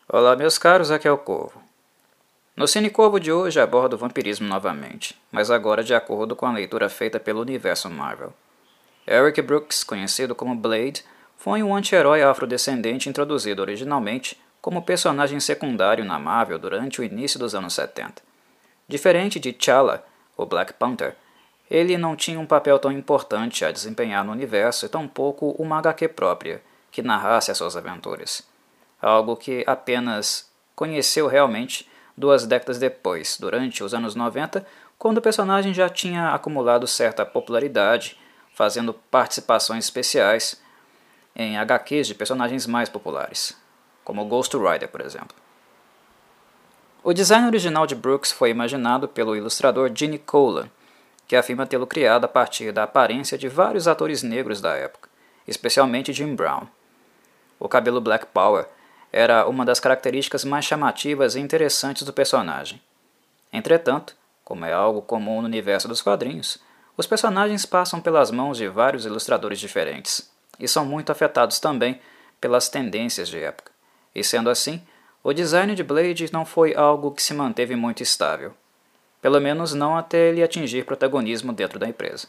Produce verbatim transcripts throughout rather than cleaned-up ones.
Olá, meus caros, aqui é o Corvo. No Cine Corvo de hoje abordo o vampirismo novamente, mas agora de acordo com a leitura feita pelo universo Marvel. Eric Brooks, conhecido como Blade, foi um anti-herói afrodescendente introduzido originalmente como personagem secundário na Marvel durante o início dos anos setenta. Diferente de T'Challa, o Black Panther, ele não tinha um papel tão importante a desempenhar no universo e tampouco uma agá quê própria, que narrasse as suas aventuras. Algo que apenas conheceu realmente duas décadas depois, durante os anos noventa, quando o personagem já tinha acumulado certa popularidade, fazendo participações especiais em agá quês de personagens mais populares, como Ghost Rider, por exemplo. O design original de Brooks foi imaginado pelo ilustrador Gene Colan, que afirma tê-lo criado a partir da aparência de vários atores negros da época, especialmente Jim Brown. O cabelo Black Power era uma das características mais chamativas e interessantes do personagem. Entretanto, como é algo comum no universo dos quadrinhos, os personagens passam pelas mãos de vários ilustradores diferentes, e são muito afetados também pelas tendências de época. E sendo assim, o design de Blade não foi algo que se manteve muito estável, pelo menos não até ele atingir protagonismo dentro da empresa.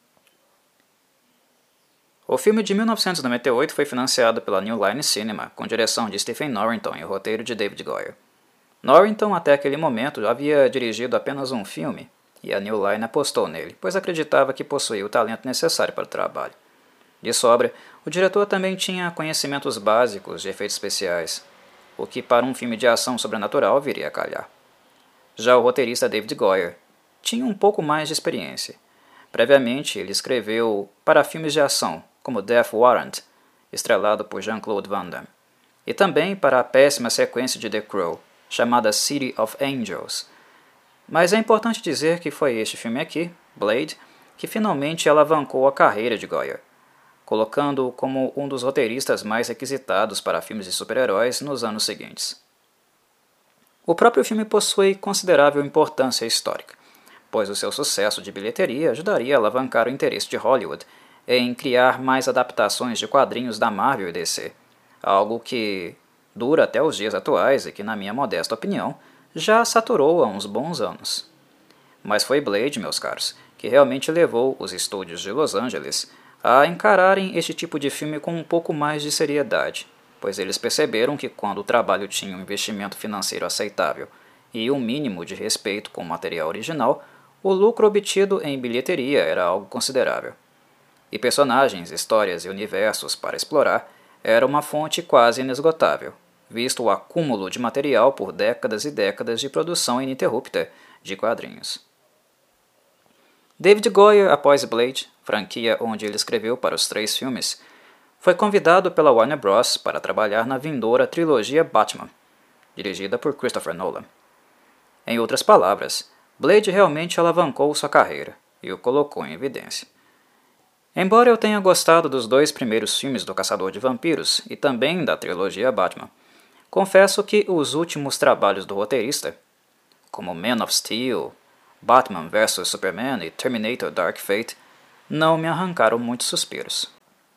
O filme de mil novecentos e noventa e oito foi financiado pela New Line Cinema, com direção de Stephen Norrington e roteiro de David Goyer. Norrington, até aquele momento, havia dirigido apenas um filme, e a New Line apostou nele, pois acreditava que possuía o talento necessário para o trabalho. De sobra, o diretor também tinha conhecimentos básicos de efeitos especiais, o que para um filme de ação sobrenatural viria a calhar. Já o roteirista David Goyer tinha um pouco mais de experiência. Previamente, ele escreveu para filmes de ação, como Death Warrant, estrelado por Jean-Claude Van Damme, e também para a péssima sequência de The Crow, chamada City of Angels. Mas é importante dizer que foi este filme aqui, Blade, que finalmente alavancou a carreira de Goyer, colocando-o como um dos roteiristas mais requisitados para filmes de super-heróis nos anos seguintes. O próprio filme possui considerável importância histórica, pois o seu sucesso de bilheteria ajudaria a alavancar o interesse de Hollywood em criar mais adaptações de quadrinhos da Marvel e D C, algo que dura até os dias atuais e que, na minha modesta opinião, já saturou há uns bons anos. Mas foi Blade, meus caros, que realmente levou os estúdios de Los Angeles a encararem este tipo de filme com um pouco mais de seriedade, pois eles perceberam que quando o trabalho tinha um investimento financeiro aceitável e um mínimo de respeito com o material original, o lucro obtido em bilheteria era algo considerável. E personagens, histórias e universos para explorar era uma fonte quase inesgotável, visto o acúmulo de material por décadas e décadas de produção ininterrupta de quadrinhos. David Goyer, após Blade, franquia onde ele escreveu para os três filmes, foi convidado pela Warner Bros. Para trabalhar na vindoura trilogia Batman, dirigida por Christopher Nolan. Em outras palavras, Blade realmente alavancou sua carreira e o colocou em evidência. Embora eu tenha gostado dos dois primeiros filmes do Caçador de Vampiros e também da trilogia Batman, confesso que os últimos trabalhos do roteirista, como Man of Steel, Batman versus Superman e Terminator Dark Fate, não me arrancaram muitos suspiros.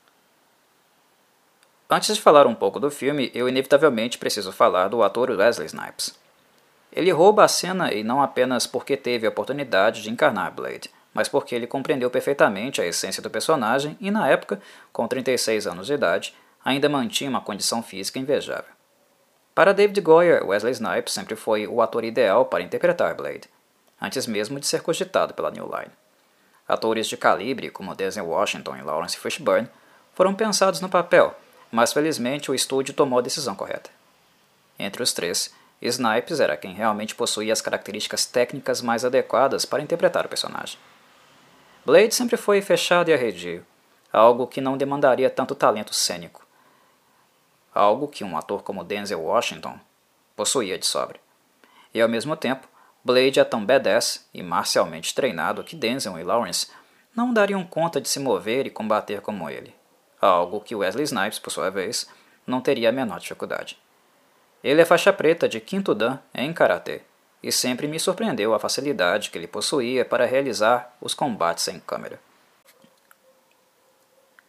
Antes de falar um pouco do filme, eu inevitavelmente preciso falar do ator Wesley Snipes. Ele rouba a cena e não apenas porque teve a oportunidade de encarnar Blade, mas porque ele compreendeu perfeitamente a essência do personagem e, na época, com trinta e seis anos de idade, ainda mantinha uma condição física invejável. Para David Goyer, Wesley Snipes sempre foi o ator ideal para interpretar Blade, antes mesmo de ser cogitado pela New Line. Atores de calibre como Denzel Washington e Lawrence Fishburne foram pensados no papel, mas felizmente o estúdio tomou a decisão correta. Entre os três, Snipes era quem realmente possuía as características técnicas mais adequadas para interpretar o personagem. Blade sempre foi fechado e arredio, algo que não demandaria tanto talento cênico, algo que um ator como Denzel Washington possuía de sobra. E ao mesmo tempo, Blade é tão badass e marcialmente treinado que Denzel e Lawrence não dariam conta de se mover e combater como ele, algo que Wesley Snipes, por sua vez, não teria a menor dificuldade. Ele é faixa preta de quinto dan em karatê, e sempre me surpreendeu a facilidade que ele possuía para realizar os combates em câmera.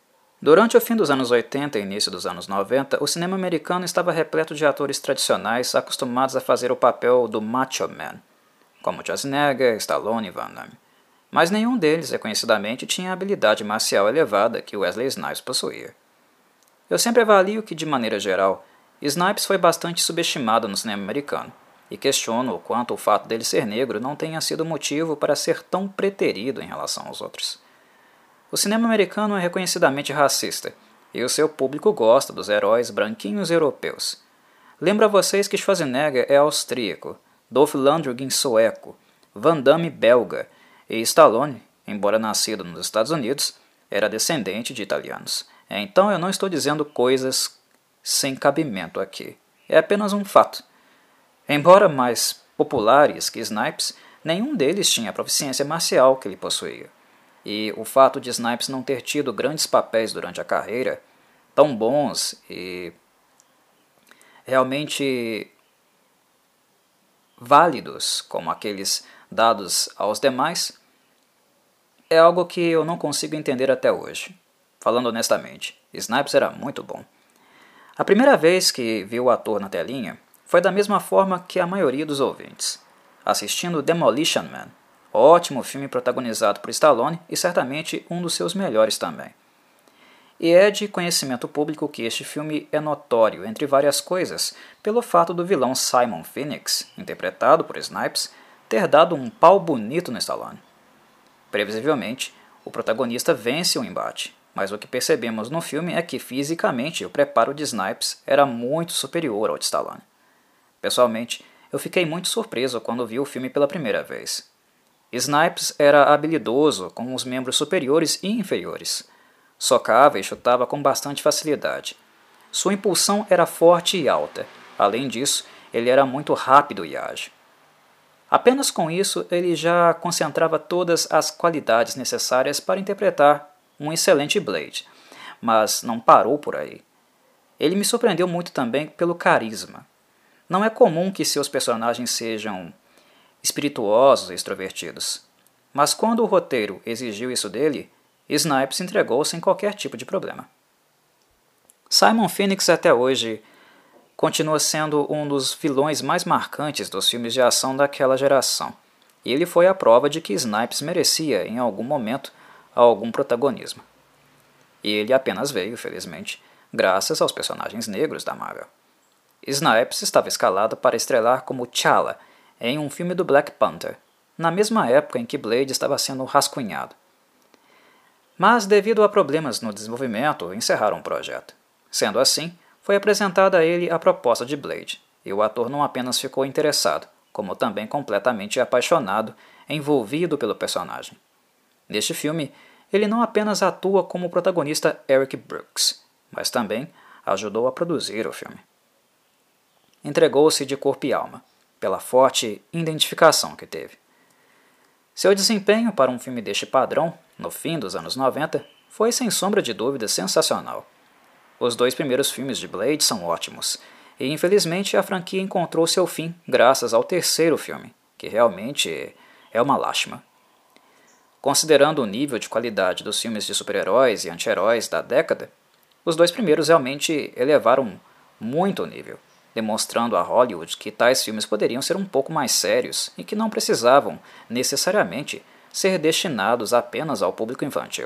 Durante o fim dos anos oitenta e início dos anos noventa, o cinema americano estava repleto de atores tradicionais acostumados a fazer o papel do macho man, como Schwarzenegger, Stallone e Van Damme. Mas nenhum deles, reconhecidamente, tinha a habilidade marcial elevada que Wesley Snipes possuía. Eu sempre avalio que, de maneira geral, Snipes foi bastante subestimado no cinema americano, e questiono o quanto o fato dele ser negro não tenha sido motivo para ser tão preterido em relação aos outros. O cinema americano é reconhecidamente racista, e o seu público gosta dos heróis branquinhos europeus. Lembro a vocês que Schwarzenegger é austríaco, Dolph Lundgren sueco, Van Damme belga, e Stallone, embora nascido nos Estados Unidos, era descendente de italianos. Então eu não estou dizendo coisas sem cabimento aqui. É apenas um fato. Embora mais populares que Snipes, nenhum deles tinha a proficiência marcial que ele possuía. E o fato de Snipes não ter tido grandes papéis durante a carreira, tão bons e realmente válidos como aqueles dados aos demais, é algo que eu não consigo entender até hoje. Falando honestamente, Snipes era muito bom. A primeira vez que vi o ator na telinha foi da mesma forma que a maioria dos ouvintes, assistindo Demolition Man, ótimo filme protagonizado por Stallone e certamente um dos seus melhores também. E é de conhecimento público que este filme é notório, entre várias coisas, pelo fato do vilão Simon Phoenix, interpretado por Snipes, ter dado um pau bonito no Stallone. Previsivelmente, o protagonista vence o embate, mas o que percebemos no filme é que fisicamente o preparo de Snipes era muito superior ao de Stallone. Pessoalmente, eu fiquei muito surpreso quando vi o filme pela primeira vez. Snipes era habilidoso com os membros superiores e inferiores. Socava e chutava com bastante facilidade. Sua impulsão era forte e alta. Além disso, ele era muito rápido e ágil. Apenas com isso, ele já concentrava todas as qualidades necessárias para interpretar um excelente Blade, mas não parou por aí. Ele me surpreendeu muito também pelo carisma. Não é comum que seus personagens sejam espirituosos e extrovertidos, mas quando o roteiro exigiu isso dele, Snipes entregou sem qualquer tipo de problema. Simon Phoenix até hoje continua sendo um dos vilões mais marcantes dos filmes de ação daquela geração, e ele foi a prova de que Snipes merecia, em algum momento, algum protagonismo. E ele apenas veio, felizmente, graças aos personagens negros da Marvel. Snipes estava escalado para estrelar como T'Challa em um filme do Black Panther, na mesma época em que Blade estava sendo rascunhado. Mas, devido a problemas no desenvolvimento, encerraram o projeto. Sendo assim, foi apresentada a ele a proposta de Blade, e o ator não apenas ficou interessado, como também completamente apaixonado, envolvido pelo personagem. Neste filme, ele não apenas atua como o protagonista Eric Brooks, mas também ajudou a produzir o filme. Entregou-se de corpo e alma, pela forte identificação que teve. Seu desempenho para um filme deste padrão, no fim dos anos noventa, foi sem sombra de dúvida sensacional. Os dois primeiros filmes de Blade são ótimos, e infelizmente a franquia encontrou seu fim graças ao terceiro filme, que realmente é uma lástima. Considerando o nível de qualidade dos filmes de super-heróis e anti-heróis da década, os dois primeiros realmente elevaram muito o nível, demonstrando a Hollywood que tais filmes poderiam ser um pouco mais sérios e que não precisavam, necessariamente, ser destinados apenas ao público infantil.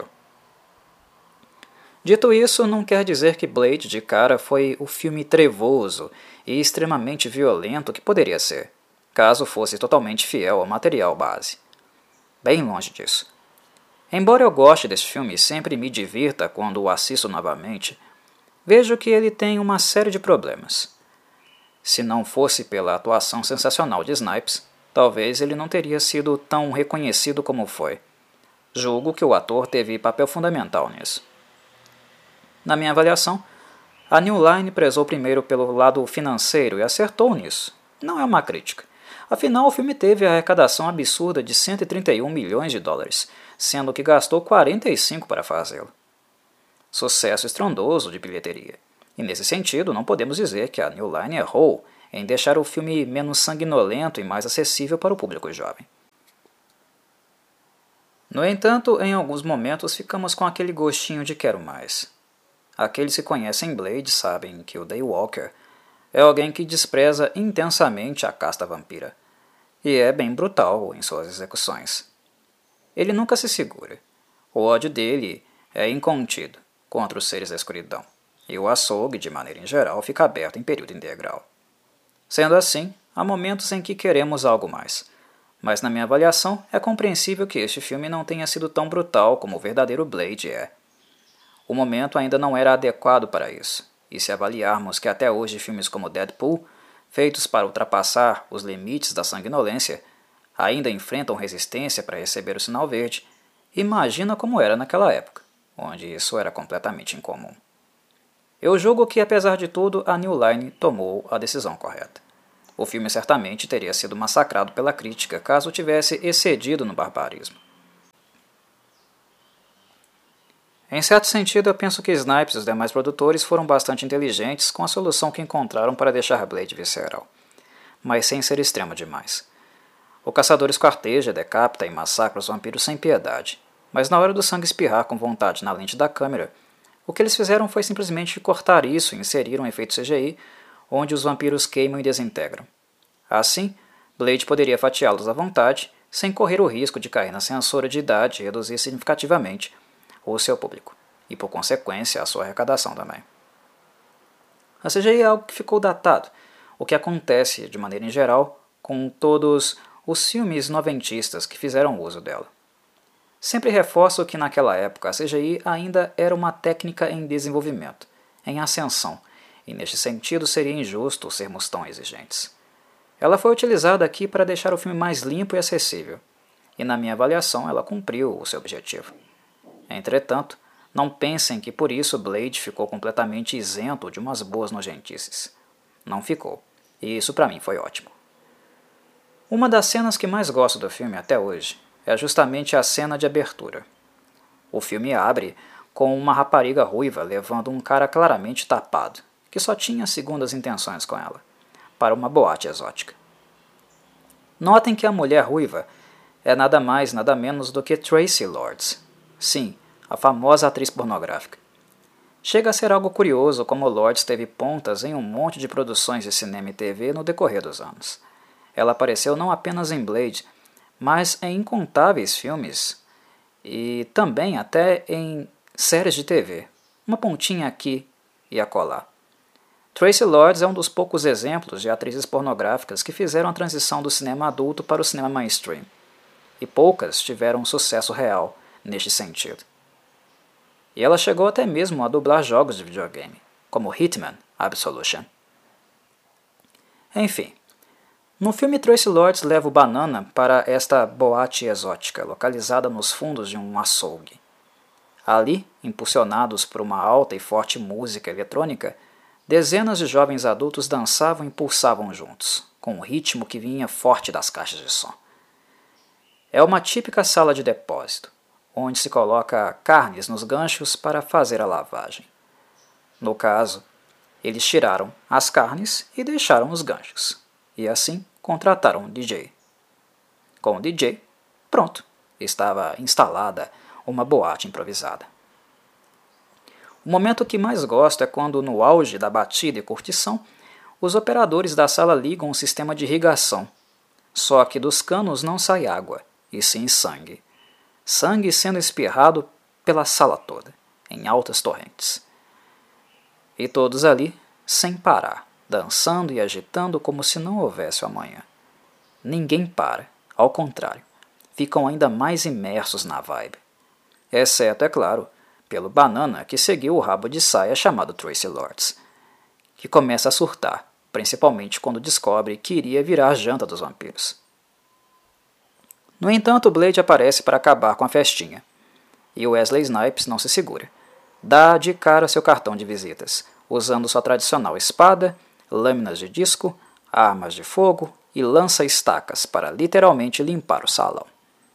Dito isso, não quer dizer que Blade de cara foi o filme trevoso e extremamente violento que poderia ser, caso fosse totalmente fiel ao material base. Bem longe disso. Embora eu goste desse filme e sempre me divirta quando o assisto novamente, vejo que ele tem uma série de problemas. Se não fosse pela atuação sensacional de Snipes, talvez ele não teria sido tão reconhecido como foi. Julgo que o ator teve papel fundamental nisso. Na minha avaliação, a New Line prezou primeiro pelo lado financeiro e acertou nisso. Não é uma crítica. Afinal, o filme teve a arrecadação absurda de cento e trinta e um milhões de dólares, sendo que gastou quarenta e cinco para fazê-lo. Sucesso estrondoso de bilheteria. E nesse sentido, não podemos dizer que a New Line errou em deixar o filme menos sanguinolento e mais acessível para o público jovem. No entanto, em alguns momentos ficamos com aquele gostinho de quero mais. aqueles que conhecem Blade sabem que o Daywalker é alguém que despreza intensamente a casta vampira, e é bem brutal em suas execuções. Ele nunca se segura. O ódio dele é incontido contra os seres da escuridão, e o açougue, de maneira em geral, fica aberto em período integral. Sendo assim, há momentos em que queremos algo mais, mas na minha avaliação é compreensível que este filme não tenha sido tão brutal como o verdadeiro Blade é. O momento ainda não era adequado para isso, e se avaliarmos que até hoje filmes como Deadpool, feitos para ultrapassar os limites da sanguinolência, ainda enfrentam resistência para receber o sinal verde, imagina como era naquela época, onde isso era completamente incomum. Eu julgo que, apesar de tudo, a New Line tomou a decisão correta. O filme certamente teria sido massacrado pela crítica caso tivesse excedido no barbarismo. Em certo sentido, eu penso que Snipes e os demais produtores foram bastante inteligentes com a solução que encontraram para deixar Blade visceral, mas sem ser extremo demais. O caçador esquarteja, decapita e massacra os vampiros sem piedade, mas na hora do sangue espirrar com vontade na lente da câmera, o que eles fizeram foi simplesmente cortar isso e inserir um efeito C G I onde os vampiros queimam e desintegram. Assim, Blade poderia fatiá-los à vontade, sem correr o risco de cair na censura de idade e reduzir significativamente o seu público, e por consequência a sua arrecadação também. A C G I é algo que ficou datado, o que acontece, de maneira em geral, com todos os filmes noventistas que fizeram uso dela. Sempre reforço que naquela época a C G I ainda era uma técnica em desenvolvimento, em ascensão, e neste sentido seria injusto sermos tão exigentes. Ela foi utilizada aqui para deixar o filme mais limpo e acessível, e na minha avaliação ela cumpriu o seu objetivo. Entretanto, não pensem que por isso Blade ficou completamente isento de umas boas nojentices. Não ficou, e isso para mim foi ótimo. Uma das cenas que mais gosto do filme até hoje é justamente a cena de abertura. O filme abre com uma rapariga ruiva levando um cara claramente tapado, que só tinha segundas intenções com ela, para uma boate exótica. Notem que a mulher ruiva é nada mais nada menos do que Traci Lords. Sim, a famosa atriz pornográfica. Chega a ser algo curioso como Lords teve pontas em um monte de produções de cinema e T V no decorrer dos anos. Ela apareceu não apenas em Blade, mas em incontáveis filmes e também até em séries de T V, uma pontinha aqui e acolá. Traci Lords é um dos poucos exemplos de atrizes pornográficas que fizeram a transição do cinema adulto para o cinema mainstream, e poucas tiveram um sucesso real neste sentido. E ela chegou até mesmo a dublar jogos de videogame, como Hitman Absolution. Enfim, no filme Traci Lords leva o Banana para esta boate exótica, localizada nos fundos de um açougue. Ali, impulsionados por uma alta e forte música eletrônica, dezenas de jovens adultos dançavam e pulsavam juntos, com um ritmo que vinha forte das caixas de som. É uma típica sala de depósito, onde se coloca carnes nos ganchos para fazer a lavagem. No caso, eles tiraram as carnes e deixaram os ganchos, e assim contrataram um D J. Com o D J, pronto, estava instalada uma boate improvisada. O momento que mais gosto é quando, no auge da batida e curtição, os operadores da sala ligam um sistema de irrigação, só que dos canos não sai água, e sim sangue. Sangue sendo espirrado pela sala toda, em altas torrentes. E todos ali, sem parar, dançando e agitando como se não houvesse o amanhã. Ninguém para, ao contrário, ficam ainda mais imersos na vibe. Exceto, é claro, pelo Banana que seguiu o rabo de saia chamado Traci Lords, que começa a surtar, principalmente quando descobre que iria virar a janta dos vampiros. No entanto, Blade aparece para acabar com a festinha, e Wesley Snipes não se segura. Dá de cara seu cartão de visitas, usando sua tradicional espada, lâminas de disco, armas de fogo e lança-estacas para literalmente limpar o salão.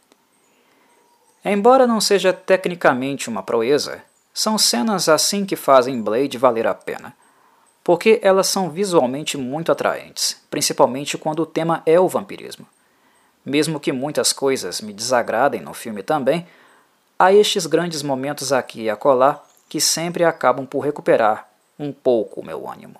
Embora não seja tecnicamente uma proeza, são cenas assim que fazem Blade valer a pena, porque elas são visualmente muito atraentes, principalmente quando o tema é o vampirismo. Mesmo que muitas coisas me desagradem no filme também, há estes grandes momentos aqui e acolá que sempre acabam por recuperar um pouco o meu ânimo.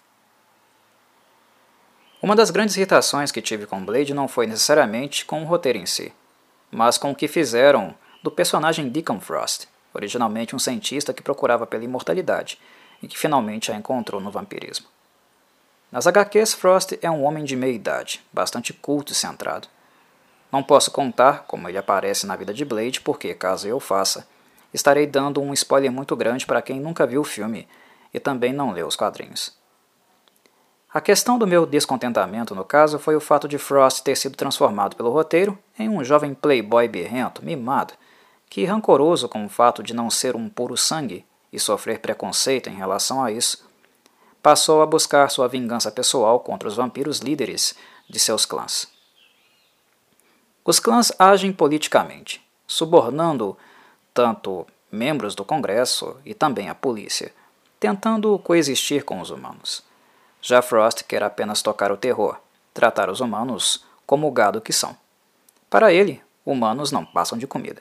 Uma das grandes irritações que tive com Blade não foi necessariamente com o roteiro em si, mas com o que fizeram do personagem Deacon Frost, originalmente um cientista que procurava pela imortalidade e que finalmente a encontrou no vampirismo. Nas agá quês, Frost é um homem de meia idade, bastante culto e centrado. Não posso contar como ele aparece na vida de Blade, porque, caso eu faça, estarei dando um spoiler muito grande para quem nunca viu o filme e também não leu os quadrinhos. A questão do meu descontentamento, no caso, foi o fato de Frost ter sido transformado pelo roteiro em um jovem playboy birrento, mimado, que, rancoroso com o fato de não ser um puro sangue e sofrer preconceito em relação a isso, passou a buscar sua vingança pessoal contra os vampiros líderes de seus clãs. Os clãs agem politicamente, subornando tanto membros do Congresso e também a polícia, tentando coexistir com os humanos. Já Frost quer apenas tocar o terror, tratar os humanos como o gado que são. Para ele, humanos não passam de comida.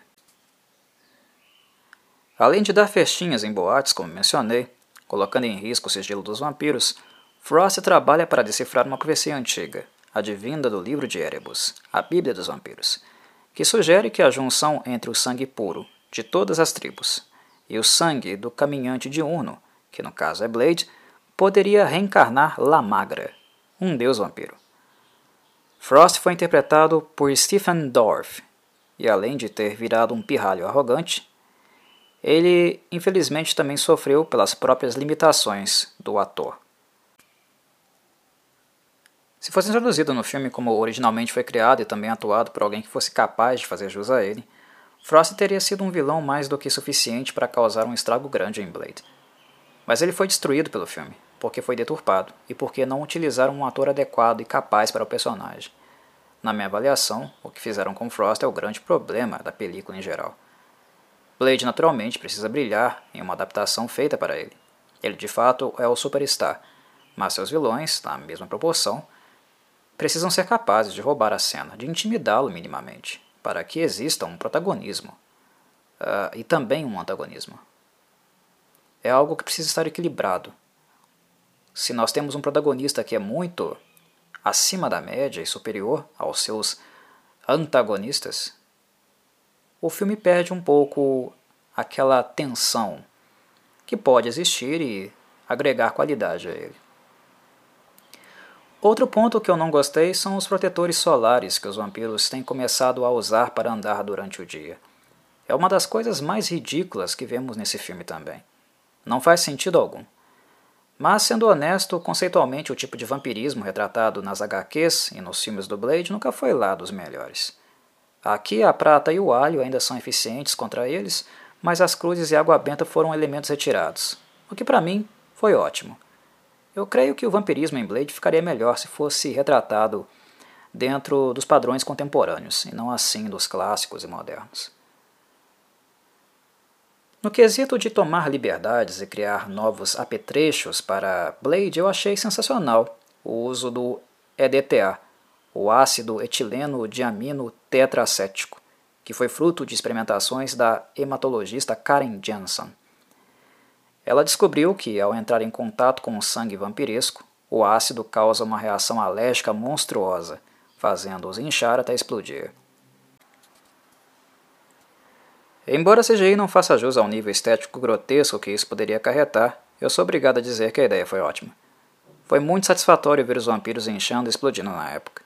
Além de dar festinhas em boates, como mencionei, colocando em risco o sigilo dos vampiros, Frost trabalha para decifrar uma profecia antiga, advinda do livro de Erebus, a Bíblia dos Vampiros, que sugere que a junção entre o sangue puro de todas as tribos e o sangue do caminhante diurno, que no caso é Blade, poderia reencarnar La Magra, um deus vampiro. Frost foi interpretado por Stephen Dorff, e além de ter virado um pirralho arrogante, ele infelizmente também sofreu pelas próprias limitações do ator. Se fosse introduzido no filme como originalmente foi criado e também atuado por alguém que fosse capaz de fazer jus a ele, Frost teria sido um vilão mais do que suficiente para causar um estrago grande em Blade. Mas ele foi destruído pelo filme, porque foi deturpado e porque não utilizaram um ator adequado e capaz para o personagem. Na minha avaliação, o que fizeram com Frost é o grande problema da película em geral. Blade naturalmente precisa brilhar em uma adaptação feita para ele. Ele de fato é o superstar, mas seus vilões, na mesma proporção, precisam ser capazes de roubar a cena, de intimidá-lo minimamente, para que exista um protagonismo uh, e também um antagonismo. É algo que precisa estar equilibrado. Se nós temos um protagonista que é muito acima da média e superior aos seus antagonistas, o filme perde um pouco aquela tensão que pode existir e agregar qualidade a ele. Outro ponto que eu não gostei são os protetores solares que os vampiros têm começado a usar para andar durante o dia. É uma das coisas mais ridículas que vemos nesse filme também. Não faz sentido algum. Mas, sendo honesto, conceitualmente o tipo de vampirismo retratado nas agá quês e nos filmes do Blade nunca foi lá dos melhores. Aqui a prata e o alho ainda são eficientes contra eles, mas as cruzes e a água benta foram elementos retirados, o que para mim foi ótimo. Eu creio que o vampirismo em Blade ficaria melhor se fosse retratado dentro dos padrões contemporâneos, e não assim dos clássicos e modernos. No quesito de tomar liberdades e criar novos apetrechos para Blade, eu achei sensacional o uso do E D T A, o ácido etileno diamino tetracético, que foi fruto de experimentações da hematologista Karen Jansen. Ela descobriu que, ao entrar em contato com o sangue vampiresco, o ácido causa uma reação alérgica monstruosa, fazendo-os inchar até explodir. Embora a C G I não faça jus ao nível estético grotesco que isso poderia acarretar, eu sou obrigado a dizer que a ideia foi ótima. Foi muito satisfatório ver os vampiros inchando e explodindo na época.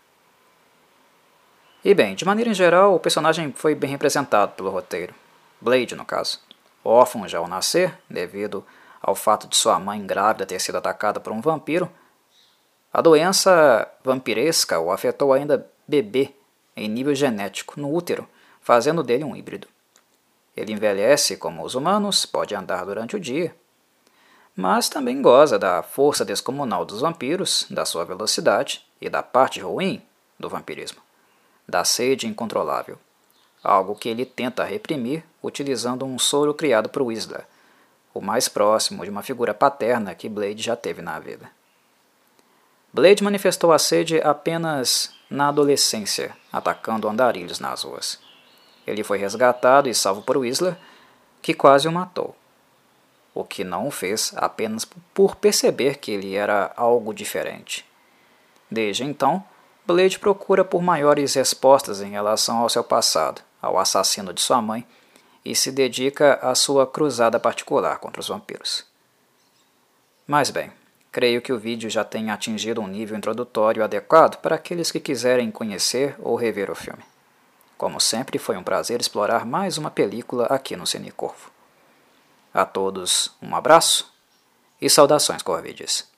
E bem, de maneira em geral, o personagem foi bem representado pelo roteiro. Blade, no caso. Órfão já ao nascer, devido ao fato de sua mãe grávida ter sido atacada por um vampiro, a doença vampiresca o afetou ainda bebê em nível genético, no útero, fazendo dele um híbrido. Ele envelhece como os humanos, pode andar durante o dia, mas também goza da força descomunal dos vampiros, da sua velocidade e da parte ruim do vampirismo, da sede incontrolável, algo que ele tenta reprimir utilizando um soro criado por Whistler, o mais próximo de uma figura paterna que Blade já teve na vida. Blade manifestou a sede apenas na adolescência, atacando andarilhos nas ruas. Ele foi resgatado e salvo por Whistler, que quase o matou. o que não o fez apenas por perceber que ele era algo diferente. Desde então, Blade procura por maiores respostas em relação ao seu passado, ao assassino de sua mãe, e se dedica à sua cruzada particular contra os vampiros. Mas bem, creio que o vídeo já tenha atingido um nível introdutório adequado para aqueles que quiserem conhecer ou rever o filme. Como sempre, foi um prazer explorar mais uma película aqui no Cine Corvo. A todos um abraço e saudações corvides.